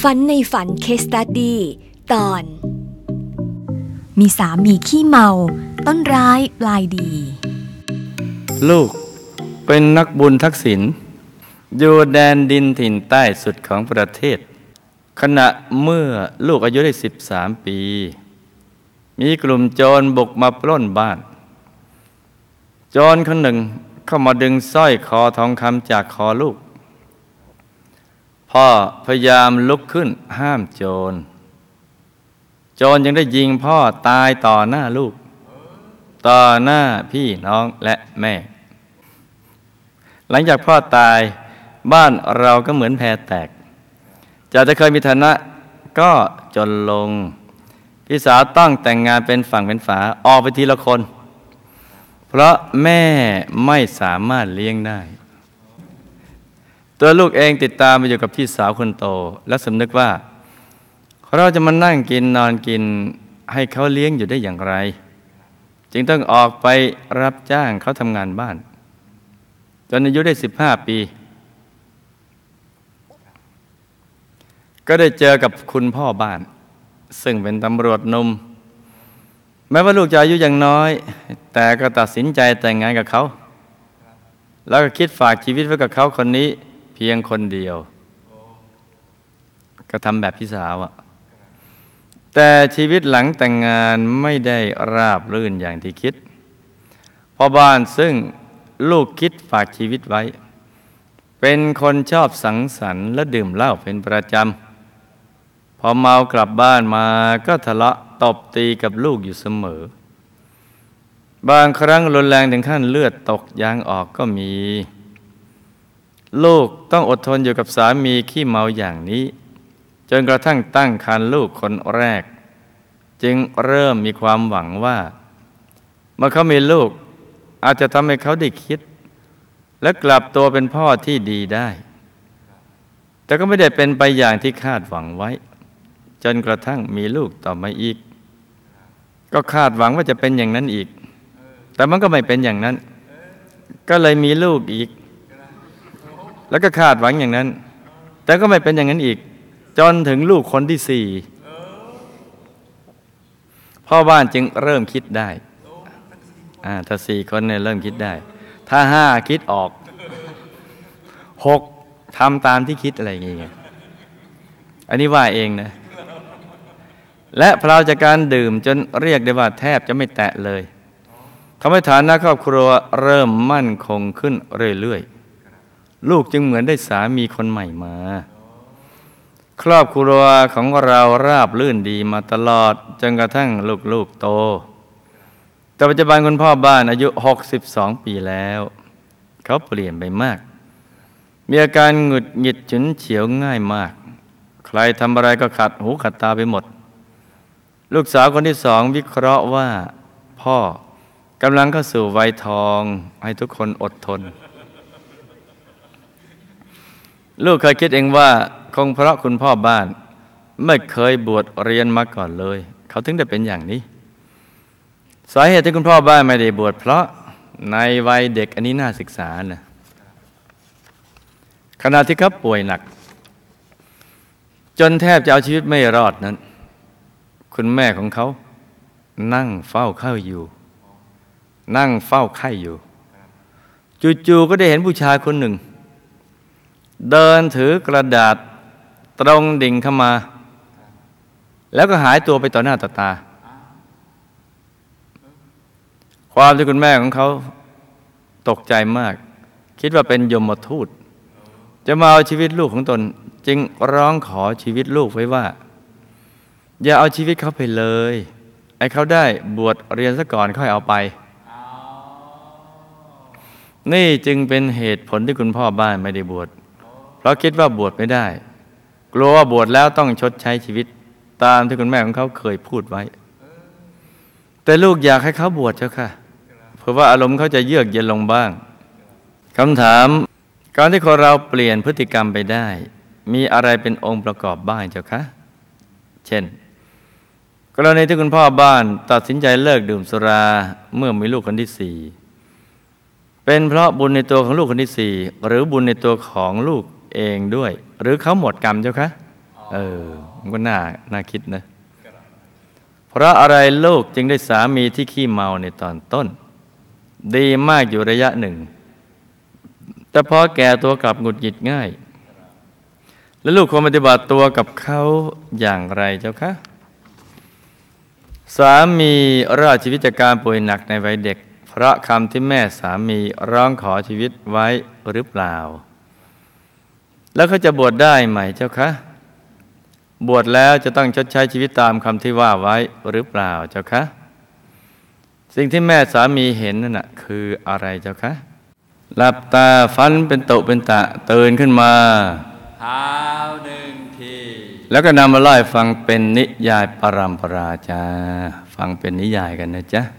ฝันในฝันเคสตัดดี้ตอนมีสามีขี้เมาต้นร้ายปลายดีลูกเป็นนักบุญทักษิณอยู่แดนดินถิ่นใต้สุดของประเทศขณะเมื่อลูกอายุได้13 ปีมีกลุ่มโจรบุกมาปล้นบ้านโจรคนหนึ่งเข้ามาดึงสร้อยคอทองคำจากคอลูกพ่อพยายามลุกขึ้นห้ามโจรยังได้ยิงพ่อตายต่อหน้าลูกต่อหน้าพี่น้องและแม่หลังจากพ่อตายบ้านเราก็เหมือนแพแตกจากจะเคยมีฐานะก็จนลงพี่สาวต้องแต่งงานเป็นฝั่งเป็นฝาออกไปทีละคนเพราะแม่ไม่สามารถเลี้ยงได้ตัวลูกเองติดตามไปอยู่กับพี่สาวคนโตและสำนึกว่าเราจะมานั่งกินนอนกินให้เขาเลี้ยงอยู่ได้อย่างไรจึงต้องออกไปรับจ้างเขาทำงานบ้านจนอายุได้15 ปีก็ได้เจอกับคุณพ่อบ้านซึ่งเป็นตำรวจหนุ่มแม้ว่าลูกจะอายุยังน้อยแต่ก็ตัดสินใจแต่งงานกับเขาแล้วก็คิดฝากชีวิตไว้กับเขาคนนี้เพียงคนเดียวก็ทำแบบพี่สาวอะแต่ชีวิตหลังแต่งงานไม่ได้ราบรื่นอย่างที่คิดพ่อบ้านซึ่งลูกคิดฝากชีวิตไว้เป็นคนชอบสังสรรค์และดื่มเหล้าเป็นประจำพอเมากลับบ้านมาก็ทะเลาะตบตีกับลูกอยู่เสมอบางครั้งรุนแรงถึงขั้นเลือดตกยางออกก็มีลูกต้องอดทนอยู่กับสามีขี้เมาอย่างนี้จนกระทั่งตั้งครรภ์ลูกคนแรกจึงเริ่มมีความหวังว่าเมื่อเขามีลูกอาจจะทำให้เขาได้คิดและกลับตัวเป็นพ่อที่ดีได้แต่ก็ไม่ได้เป็นไปอย่างที่คาดหวังไว้จนกระทั่งมีลูกต่อมาอีกก็คาดหวังว่าจะเป็นอย่างนั้นอีกแต่มันก็ไม่เป็นอย่างนั้นก็เลยมีลูกอีกแล้วก็คาดหวังอย่างนั้นแต่ก็ไม่เป็นอย่างนั้นอีกจนถึงลูกคนที่4พ่อบ้านจึงเริ่มคิดได้ถ้า4 คนเนี่ยเริ่มคิดได้ถ้า5คิดออก6ทำตามที่คิดอะไรอย่างเงี้ยอันนี้ว่าเองนะและเพลาจากการดื่มจนเรียกได้ว่าแทบจะไม่แตะเลยทำให้ฐานะครอบครัวเริ่มมั่นคงขึ้นเรื่อยๆลูกจึงเหมือนได้สามีคนใหม่มาครอบครัวของเราราบรื่นดีมาตลอดจนกระทั่งลูกๆโตแต่ปัจจุบันคุณพ่อบ้านอายุ62 ปีแล้วเขาเปลี่ยนไปมากมีอาการหงุดหงิดฉุนเฉียวง่ายมากใครทำอะไรก็ขัดหูขัดตาไปหมดลูกสาวคนที่2วิเคราะห์ว่าพ่อกำลังเข้าสู่วัยทองให้ทุกคนอดทนลูกเคยคิดเองว่าคงเพราะคุณพ่อบ้านไม่เคยบวชเรียนมาก่อนเลยเขาถึงได้เป็นอย่างนี้สาเหตุที่คุณพ่อบ้านไม่ได้บวชเพราะในวัยเด็กอันนี้น่าศึกษานะขณะที่เขาป่วยหนักจนแทบจะเอาชีวิตไม่รอดนั้นคุณแม่ของเขานั่งเฝ้าไข้อยู่จู่ๆก็ได้เห็นผู้ชายคนหนึ่งเดินถือกระดาษตรงดิ่งเข้ามาแล้วก็หายตัวไปต่อหน้าต่อตาความที่คุณแม่ของเขาตกใจมากคิดว่าเป็นยมทูตจะมาเอาชีวิตลูกของตนจึงร้องขอชีวิตลูกไว้ว่าอย่าเอาชีวิตเขาไปเลยให้เขาได้บวชเรียนซะก่อนค่อยเอาไปนี่จึงเป็นเหตุผลที่คุณพ่อบ้านไม่ได้บวชเพราะคิดว่าบวชไม่ได้กลัวว่าบวชแล้วต้องชดใช้ชีวิตตามที่คุณแม่ของเขาเคยพูดไว้แต่ลูกอยากให้เขาบวชเจ้าค่ะเพื่อว่าอารมณ์เขาจะเยือกเย็นลงบ้างคำถามการที่คนเราเปลี่ยนพฤติกรรมไปได้มีอะไรเป็นองค์ประกอบบ้างเจ้าคะเช่นกรณีที่คุณพ่อบ้านตัดสินใจเลิกดื่มสุราเมื่อมีลูกคนที่4เป็นเพราะบุญในตัวของลูกคนที่4หรือบุญในตัวของลูกเองด้วยหรือเขาหมดกรรมเจ้าคะมันก็น่าคิดนะเพราะอะไรลูกจึงได้สามีที่ขี้เมาในตอนต้นดีมากอยู่ระยะหนึ่งแต่พอแก่ตัวกลับหงุดหงิดง่ายแล้วลูกควรปฏิบัติตัวกับเขาอย่างไรเจ้าคะสามีรอดชีวิตจากการป่วยหนักในวัยเด็กเพราะคำที่แม่สามีร้องขอชีวิตไว้หรือเปล่าแล้วเขาจะบวชได้ไหมเจ้าคะบวชแล้วจะต้องชดใช้ชีวิตตามคำที่ว่าไว้หรือเปล่าเจ้าคะสิ่งที่แม่สามีเห็นนั่นน่ะคืออะไรเจ้าคะหลับตาฝันเป็นตุเป็นตะตื่นขึ้นมาเท้าหนึ่งทีแล้วก็นำมาเล่าให้ฟังเป็นนิยายปรัมปราจ้าฟังเป็นนิยายกันนะจ๊ะ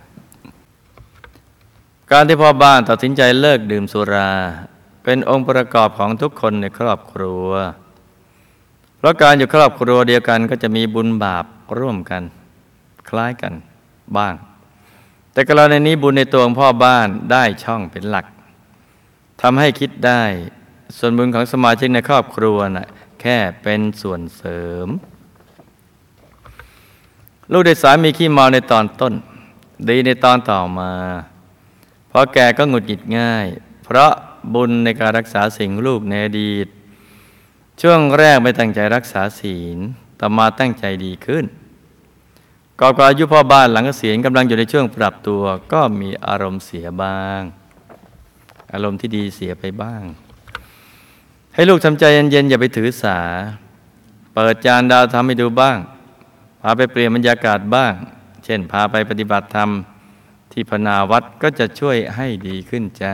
การที่พ่อบ้านตัดสินใจเลิกดื่มสุราเป็นองค์ประกอบของทุกคนในครอบครัวเพราะการอยู่ครอบครัวเดียวกันก็จะมีบุญบาปร่วมกันคล้ายกันบ้างแต่กรณีนี้บุญในตัวของพ่อบ้านได้ช่องเป็นหลักทำให้คิดได้ส่วนบุญของสมาชิกในครอบครัวน่ะแค่เป็นส่วนเสริมลูกได้สามีขี้เมาในตอนต้นดีในตอนต่อมาพอแก่ก็หงุดหงิดง่ายเพราะบุญในการรักษาศีลลูกในอดีตช่วงแรกไม่ตั้งใจรักษาศีลต่อมาตั้งใจดีขึ้นก่อนอายุพ่อบ้านหลังเกษียณกำลังอยู่ในช่วงปรับตัวก็มีอารมณ์เสียบ้างอารมณ์ที่ดีเสียไปบ้างให้ลูกทำใจเย็นๆอย่าไปถือสาเปิดจานดาวทำให้ดูบ้างพาไปเปลี่ยนบรรยากาศบ้างเช่นพาไปปฏิบัติธรรมที่พนาวัดก็จะช่วยให้ดีขึ้นจ้า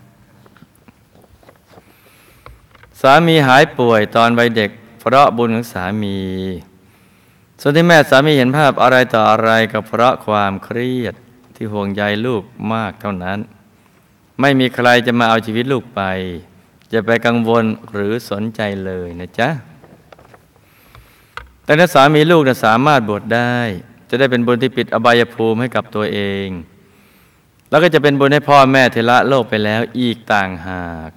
สามีหายป่วยตอนวัยเด็กเพราะบุญของสามีส่วนที่แม่สามีเห็นภาพอะไรต่ออะไรก็เพราะความเครียดที่ห่วงใยลูกมากเท่านั้นไม่มีใครจะมาเอาชีวิตลูกไปจะไปกังวลหรือสนใจเลยนะจ๊ะแต่ถ้าสามีลูกสามารถบวชได้จะได้เป็นบุญที่ปิดอบายภูมิให้กับตัวเองแล้วก็จะเป็นบุญให้พ่อแม่ที่ละโลกไปแล้วอีกต่างหาก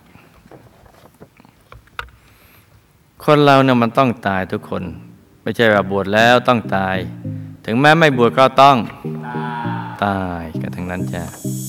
คนเราเนี่ยมันต้องตายทุกคนไม่ใช่ว่าบวชแล้วต้องตายถึงแม้ไม่บวชก็ต้องตายกันทั้งนั้นจ้ะ